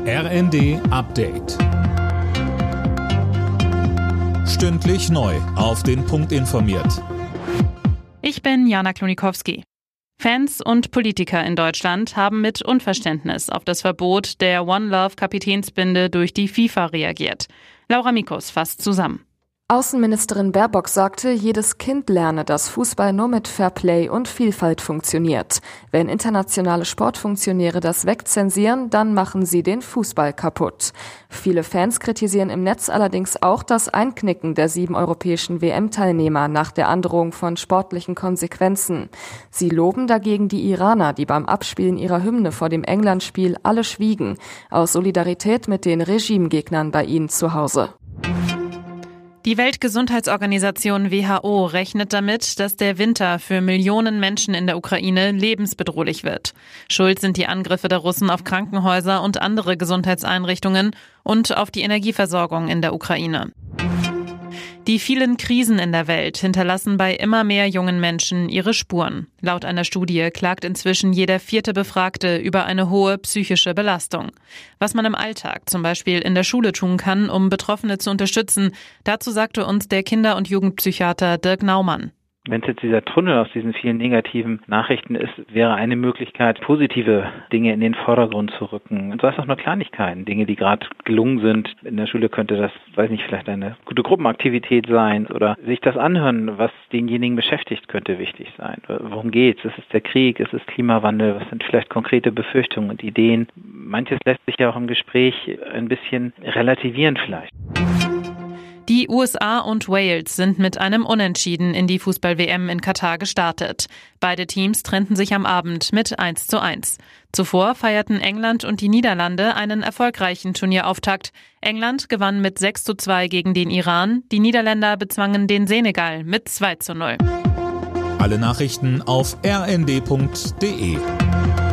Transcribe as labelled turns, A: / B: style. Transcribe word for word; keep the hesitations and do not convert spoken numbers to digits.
A: R N D Update. Stündlich neu auf den Punkt informiert.
B: Ich bin Jana Klonikowski. Fans und Politiker in Deutschland haben mit Unverständnis auf das Verbot der One Love Kapitänsbinde durch die FIFA reagiert. Laura Mikus fasst zusammen.
C: Außenministerin Baerbock sagte, jedes Kind lerne, dass Fußball nur mit Fairplay und Vielfalt funktioniert. Wenn internationale Sportfunktionäre das wegzensieren, dann machen sie den Fußball kaputt. Viele Fans kritisieren im Netz allerdings auch das Einknicken der sieben europäischen W M-Teilnehmer nach der Androhung von sportlichen Konsequenzen. Sie loben dagegen die Iraner, die beim Abspielen ihrer Hymne vor dem England-Spiel alle schwiegen, aus Solidarität mit den Regimegegnern bei ihnen zu Hause.
B: Die Weltgesundheitsorganisation W H O rechnet damit, dass der Winter für Millionen Menschen in der Ukraine lebensbedrohlich wird. Schuld sind die Angriffe der Russen auf Krankenhäuser und andere Gesundheitseinrichtungen und auf die Energieversorgung in der Ukraine. Die vielen Krisen in der Welt hinterlassen bei immer mehr jungen Menschen ihre Spuren. Laut einer Studie klagt inzwischen jeder vierte Befragte über eine hohe psychische Belastung. Was man im Alltag, zum Beispiel in der Schule, tun kann, um Betroffene zu unterstützen, dazu sagte uns der Kinder- und Jugendpsychiater Dirk Naumann.
D: Wenn es jetzt dieser Tunnel aus diesen vielen negativen Nachrichten ist, wäre eine Möglichkeit, positive Dinge in den Vordergrund zu rücken. Und sei es auch nur Kleinigkeiten, Dinge, die gerade gelungen sind. In der Schule könnte das, weiß nicht, vielleicht eine gute Gruppenaktivität sein oder sich das anhören, was denjenigen beschäftigt, könnte wichtig sein. Worum geht's? Ist es der Krieg? Ist es Klimawandel? Was sind vielleicht konkrete Befürchtungen und Ideen? Manches lässt sich ja auch im Gespräch ein bisschen relativieren vielleicht.
B: Die U S A und Wales sind mit einem Unentschieden in die Fußball-W M in Katar gestartet. Beide Teams trennten sich am Abend mit eins zu eins. Zuvor feierten England und die Niederlande einen erfolgreichen Turnierauftakt. England gewann mit sechs zu zwei gegen den Iran, die Niederländer bezwangen den Senegal mit zwei zu null.
A: Alle Nachrichten auf r n d punkt d e.